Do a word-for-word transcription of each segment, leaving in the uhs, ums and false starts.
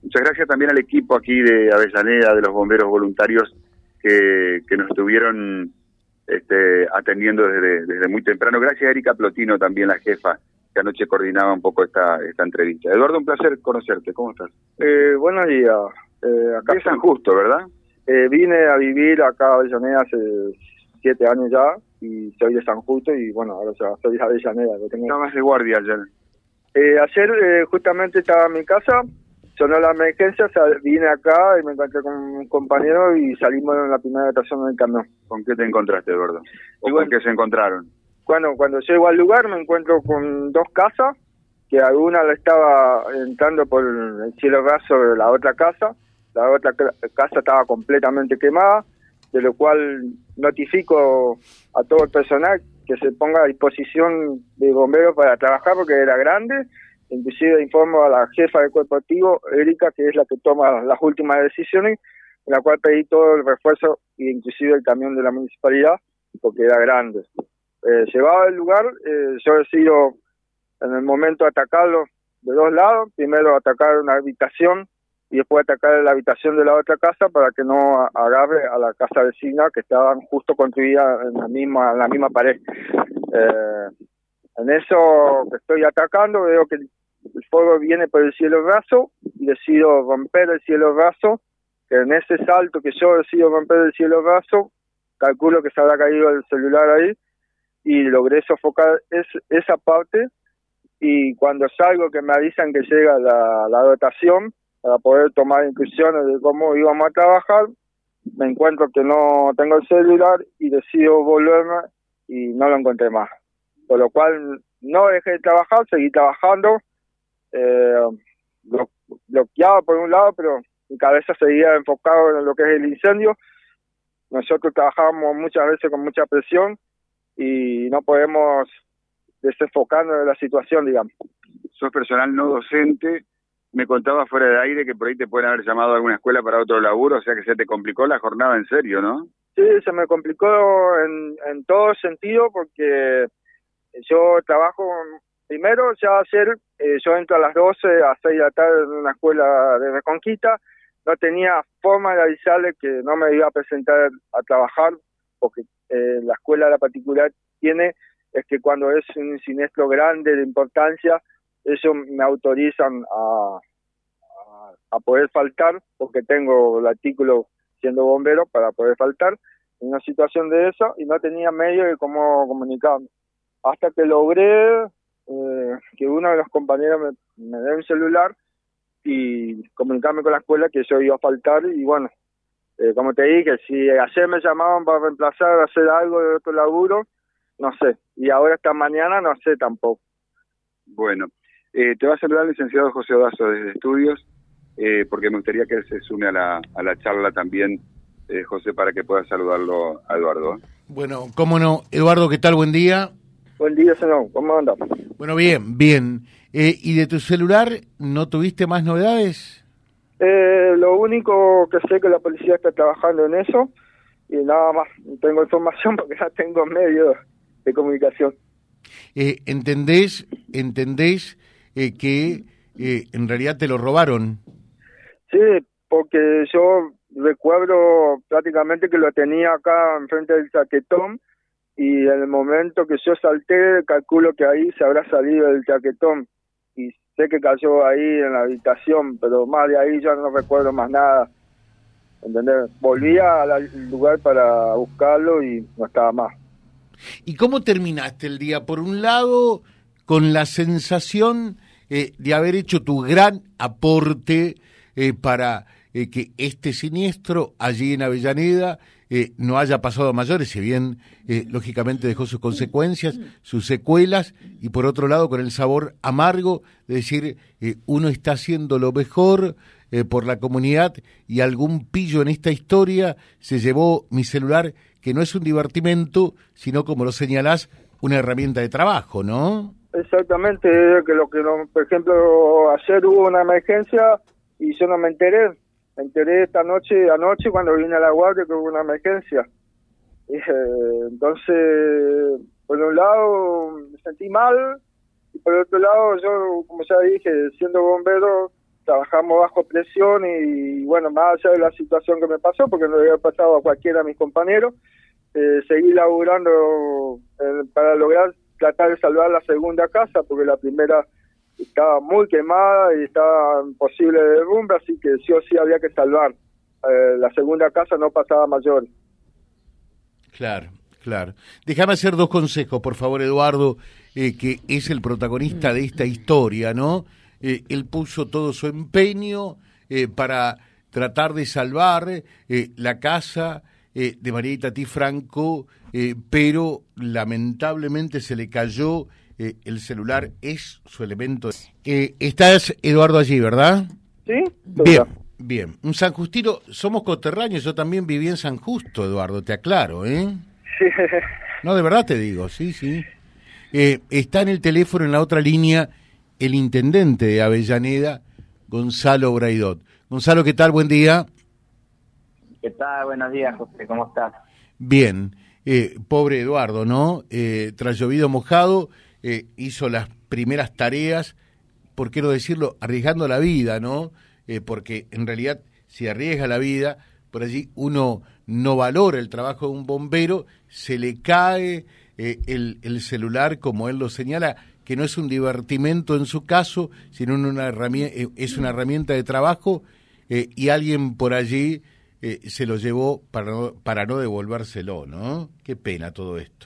Muchas gracias también al equipo aquí de Avellaneda, de los bomberos voluntarios que, que nos estuvieron este, atendiendo desde, desde muy temprano. Gracias a Erika Plotino, también la jefa, que anoche coordinaba un poco esta, esta entrevista. Eduardo, un placer conocerte. ¿Cómo estás? Eh, buenos días. Eh, acá es San Justo, ¿verdad? Eh, vine a vivir acá a Avellaneda hace siete años ya y soy de San Justo y bueno, ahora ya soy de Avellaneda. Tengo... Estabas de guardia ayer. Eh, ayer eh, justamente estaba en mi casa, sonó la emergencia, sal, vine acá y me encontré con un compañero y salimos en la primera estación del camión. ¿Con qué te encontraste, Eduardo? ¿O y bueno, con qué se encontraron? Bueno, cuando llego al lugar me encuentro con dos casas, que alguna la estaba entrando por el cielo raso de la otra casa, la otra casa estaba completamente quemada, de lo cual notifico a todo el personal que se ponga a disposición de bomberos para trabajar porque era grande. Inclusive informo a la jefa del cuerpo activo, Erika, que es la que toma las últimas decisiones, en la cual pedí todo el refuerzo e inclusive el camión de la municipalidad porque era grande. Eh, llegado al lugar, eh, yo decido en el momento atacarlo de dos lados, primero atacar una habitación y después atacar la habitación de la otra casa para que no agarre a la casa vecina que estaban justo construida en la misma, en la misma pared. Eh, en eso que estoy atacando veo que el fuego viene por el cielo raso y decido romper el cielo raso, que en ese salto que yo decido romper el cielo raso, calculo que se habrá caído el celular ahí y logré sofocar es, esa parte y cuando salgo que me avisan que llega la, la dotación para poder tomar instrucciones de cómo íbamos a trabajar, me encuentro que no tengo el celular y decido volverme y no lo encontré más. Por lo cual no dejé de trabajar, seguí trabajando, eh, blo bloqueado por un lado, pero mi cabeza seguía enfocado en lo que es el incendio. Nosotros trabajamos muchas veces con mucha presión y no podemos desenfocarnos de la situación, digamos. Sos personal no docente. Me contaba fuera de aire que por ahí te pueden haber llamado a alguna escuela para otro laburo, o sea que se te complicó la jornada en serio, ¿no? Sí, se me complicó en, en todo sentido porque yo trabajo, primero ya ayer, eh, yo entro a las doce a seis de la tarde en una escuela de Reconquista, no tenía forma de avisarle que no me iba a presentar a trabajar porque eh, la escuela la particular tiene es que cuando es un siniestro grande de importancia, ellos me autorizan a, a, a poder faltar, porque tengo el artículo siendo bombero para poder faltar en una situación de eso, y no tenía medio de cómo comunicarme. Hasta que logré eh, que uno de los compañeros me, me dé un celular y comunicarme con la escuela que yo iba a faltar, y bueno, eh, como te dije, si ayer me llamaban para reemplazar, hacer algo de otro laburo, no sé, y ahora esta mañana no sé tampoco. Bueno, eh, te va a saludar el licenciado José Odazo desde Estudios, eh, porque me gustaría que él se sume a la, a la charla también, eh, José, para que pueda saludarlo a Eduardo. Bueno, cómo no. Eduardo, ¿qué tal? Buen día. Buen día, señor. ¿Cómo anda? Bueno, bien, bien. Eh, ¿Y de tu celular no tuviste más novedades? Eh, lo único que sé es que la policía está trabajando en eso y nada más. No tengo información porque ya tengo medios de comunicación. Eh, ¿Entendés, entendés eh, que eh, en realidad te lo robaron? Sí, porque yo recuerdo prácticamente que lo tenía acá enfrente del chaquetón y en el momento que yo salté, calculo que ahí se habrá salido el chaquetón y sé que cayó ahí en la habitación, pero más de ahí ya no recuerdo más nada. ¿Entendés? Volví al lugar para buscarlo y no estaba más. ¿Y cómo terminaste el día? Por un lado, con la sensación eh, de haber hecho tu gran aporte eh, para eh, que este siniestro allí en Avellaneda eh, no haya pasado a mayores, si bien eh, lógicamente dejó sus consecuencias, sus secuelas, y por otro lado con el sabor amargo de decir eh, uno está haciendo lo mejor eh, por la comunidad y algún pillo en esta historia se llevó mi celular, que no es un divertimento, sino, como lo señalás, una herramienta de trabajo, ¿no? Exactamente, que lo que no, por ejemplo, ayer hubo una emergencia y yo no me enteré. Me enteré esta noche, anoche, cuando vine a la guardia, que hubo una emergencia. Eh, entonces, por un lado, me sentí mal, y por otro lado, yo, como ya dije, siendo bombero, trabajamos bajo presión y, bueno, más allá de la situación que me pasó, porque no le había pasado a cualquiera de mis compañeros, eh, seguí laburando eh, para lograr tratar de salvar la segunda casa, porque la primera estaba muy quemada y estaba imposible de derrumbe, así que sí o sí había que salvar. Eh, la segunda casa no pasaba mayor. Claro, claro. Déjame hacer dos consejos, por favor, Eduardo, eh, que es el protagonista de esta historia, ¿no? Eh, él puso todo su empeño eh, para tratar de salvar eh, la casa eh, de María Itatí Franco, eh, pero lamentablemente se le cayó eh, el celular, es su elemento. Eh, estás, Eduardo, allí, ¿verdad? Sí. Bien, bien. Un sanjustino, somos coterráneos, yo también viví en San Justo, Eduardo, te aclaro, ¿eh? Sí. No, de verdad te digo, sí, sí. Eh, está en el teléfono, en la otra línea, el intendente de Avellaneda, Gonzalo Braidot. Gonzalo, ¿qué tal? Buen día. ¿Qué tal? Buenos días, José, ¿cómo estás? Bien. Eh, pobre Eduardo, ¿no? Eh, tras llovido mojado, eh, hizo las primeras tareas, ¿por qué no decirlo? Arriesgando la vida, ¿no? Eh, porque en realidad, si arriesga la vida, por allí uno no valora el trabajo de un bombero, se le cae eh, el, el celular, como él lo señala, que no es un divertimento en su caso, sino una herramienta, eh, es una herramienta de trabajo, eh, y alguien por allí eh, se lo llevó para no, para no devolvérselo, ¿no? Qué pena todo esto.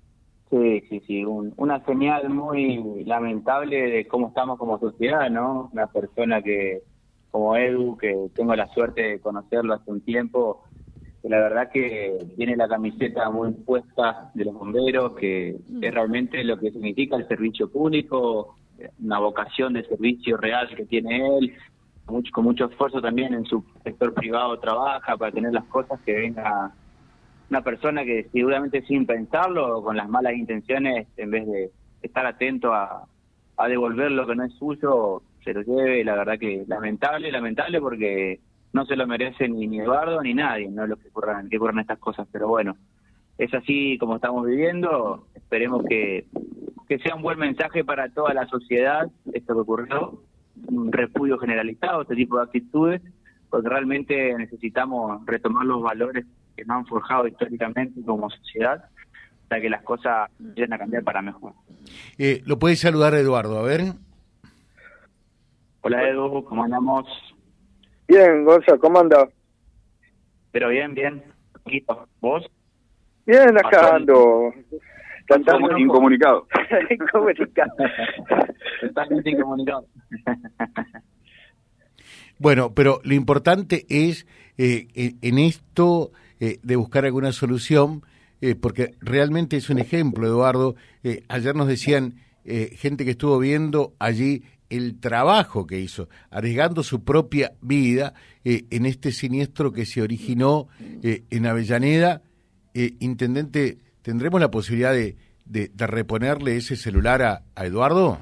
Sí, sí, sí, un, una señal muy lamentable de cómo estamos como sociedad, ¿no? Una persona que, como Edu, que tengo la suerte de conocerlo hace un tiempo, que la verdad que tiene la camiseta muy puesta de los bomberos, que es realmente lo que significa el servicio público, una vocación de servicio real que tiene él, mucho, con mucho esfuerzo también en su sector privado trabaja para tener las cosas, que venga una persona que seguramente sin pensarlo, con las malas intenciones, en vez de estar atento a, a devolver lo que no es suyo, se lo lleve. La verdad que lamentable, lamentable porque no se lo merece ni, ni Eduardo ni nadie, no es lo que ocurran, que ocurran estas cosas, pero bueno, es así como estamos viviendo. Esperemos que, que sea un buen mensaje para toda la sociedad esto que ocurrió, un repudio generalizado, este tipo de actitudes, porque realmente necesitamos retomar los valores que nos han forjado históricamente como sociedad, para que las cosas vayan a cambiar para mejor. Eh, ¿Lo puedes saludar, Eduardo? A ver. Hola, Edu, ¿cómo andamos? Bien, Gonzalo, ¿cómo andás? Pero bien, bien. ¿Vos? Bien, acá ando. Estamos incomunicados. Incomunicados. Totalmente incomunicados. Bueno, pero lo importante es eh, en esto eh, de buscar alguna solución, eh, porque realmente es un ejemplo, Eduardo. Eh, ayer nos decían eh, gente que estuvo viendo allí el trabajo que hizo, arriesgando su propia vida eh, en este siniestro que se originó eh, en Avellaneda. Eh, Intendente, ¿tendremos la posibilidad de, de, de reponerle ese celular a, a Eduardo?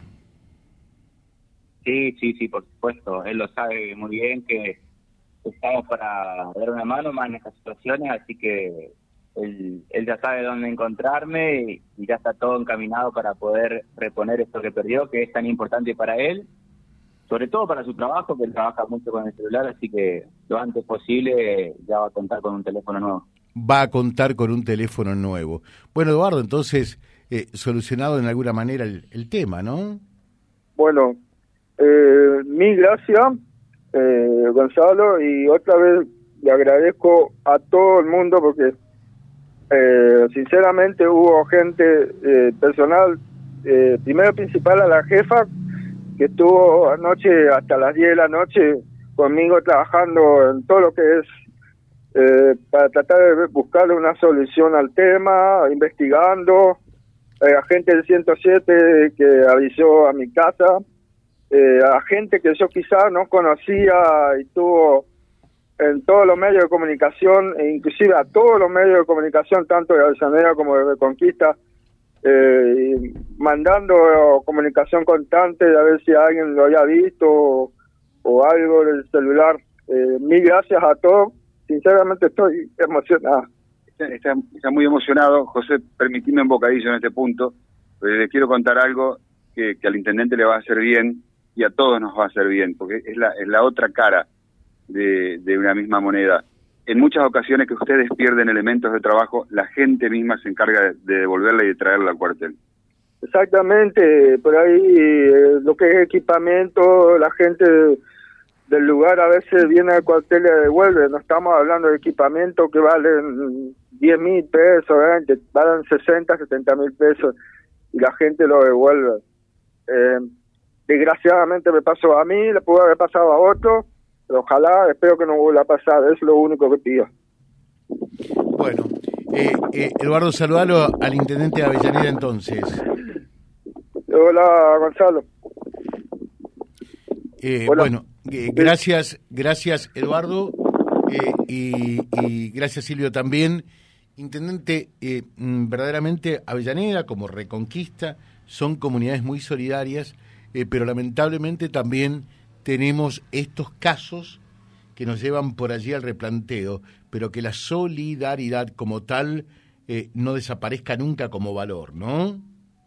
Sí, sí, sí, por supuesto. Él lo sabe muy bien que estamos para dar una mano más en estas situaciones, así que él, él ya sabe dónde encontrarme y, y ya está todo encaminado para poder reponer esto que perdió, que es tan importante para él, sobre todo para su trabajo, que él trabaja mucho con el celular, así que lo antes posible ya va a contar con un teléfono nuevo. Va a contar con un teléfono nuevo. Bueno, Eduardo, entonces, eh, solucionado en alguna manera el, el tema, ¿no? Bueno, eh, mil gracias, eh, Gonzalo, y otra vez le agradezco a todo el mundo porque eh, sinceramente hubo gente, eh, personal, eh, primero principal a la jefa, que estuvo anoche hasta las diez de la noche conmigo trabajando en todo lo que es eh, para tratar de buscar una solución al tema, investigando, eh, a gente del ciento siete que avisó a mi casa, eh, a gente que yo quizás no conocía y tuvo en todos los medios de comunicación, e inclusive a todos los medios de comunicación, tanto de Avellaneda como de Reconquista, eh, mandando comunicación constante de a ver si alguien lo había visto o, o algo del celular. Eh, mil gracias a todos, sinceramente estoy emocionado. Está, está, está muy emocionado, José, permitime un bocadillo en este punto, pero le quiero contar algo que, que al intendente le va a hacer bien. y a todos nos va a hacer bien, porque es la, es la otra cara de, de una misma moneda. En muchas ocasiones que ustedes pierden elementos de trabajo, la gente misma se encarga de devolverla y de traerla al cuartel. Exactamente, por ahí eh, lo que es equipamiento, la gente del lugar a veces viene al cuartel y le devuelve. No estamos hablando de equipamiento que valen diez mil pesos, veinte, valen sesenta, setenta mil pesos y la gente lo devuelve. Eh, desgraciadamente me pasó a mí, le pudo haber pasado a otro, pero ojalá, espero que no vuelva a pasar, es lo único que pido. Bueno, eh, eh, Eduardo, saludalo al intendente de Avellaneda entonces. Hola, Gonzalo. Eh, bueno, eh, gracias, gracias Eduardo eh, y, y gracias Silvio también. Intendente, eh, verdaderamente Avellaneda como Reconquista son comunidades muy solidarias, eh, pero lamentablemente también tenemos estos casos que nos llevan por allí al replanteo, pero que la solidaridad como tal eh, no desaparezca nunca como valor, ¿no?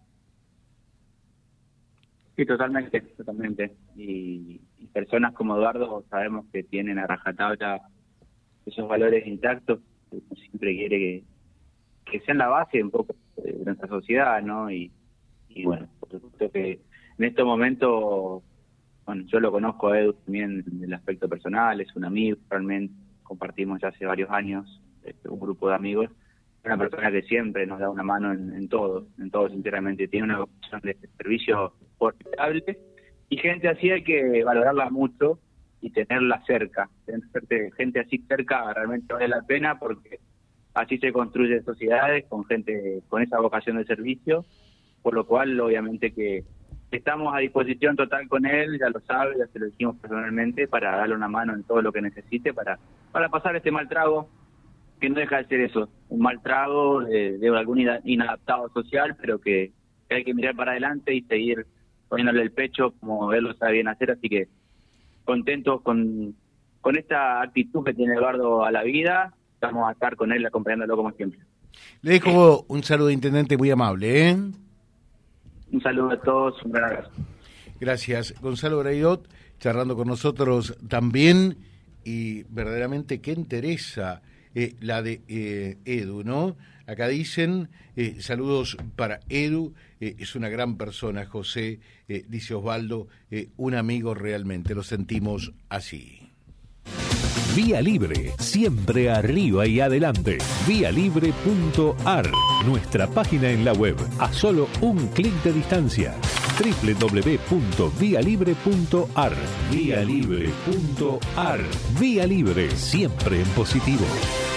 Sí, totalmente, totalmente. Y, y personas como Eduardo sabemos que tienen a rajatabla esos valores intactos, que uno siempre quiere que, que sean la base un poco de nuestra sociedad, ¿no? Y, y bueno, por supuesto que en estos momentos, bueno, yo lo conozco a Edu también en el aspecto personal, es un amigo, realmente compartimos ya hace varios años este, un grupo de amigos, una persona que siempre nos da una mano en, en todo, en todo sinceramente, tiene una vocación de servicio portable y gente así hay que valorarla mucho y tenerla cerca, tener gente así cerca realmente vale la pena porque así se construyen sociedades con gente con esa vocación de servicio, por lo cual obviamente que estamos a disposición total con él, ya lo sabe, ya se lo dijimos personalmente, para darle una mano en todo lo que necesite para, para pasar este mal trago, que no deja de ser eso, un mal trago de, de algún inadaptado social, pero que, que hay que mirar para adelante y seguir poniéndole el pecho como él lo sabe bien hacer, así que contentos con, con esta actitud que tiene Eduardo a la vida, vamos a estar con él acompañándolo como siempre. Le dejo un saludo, intendente, muy amable, ¿eh? Un saludo a todos, un gran abrazo. Gracias. Gonzalo Braidot, charlando con nosotros también, y verdaderamente qué interesa eh, la de eh, Edu, ¿no? Acá dicen, eh, saludos para Edu, eh, es una gran persona, José, eh, dice Osvaldo, eh, un amigo realmente, lo sentimos así. Vía Libre, siempre arriba y adelante. vía libre punto a r, nuestra página en la web, a solo un clic de distancia. doble u doble u doble u punto vía libre punto a r. vía libre punto a r. Vía Libre, siempre en positivo.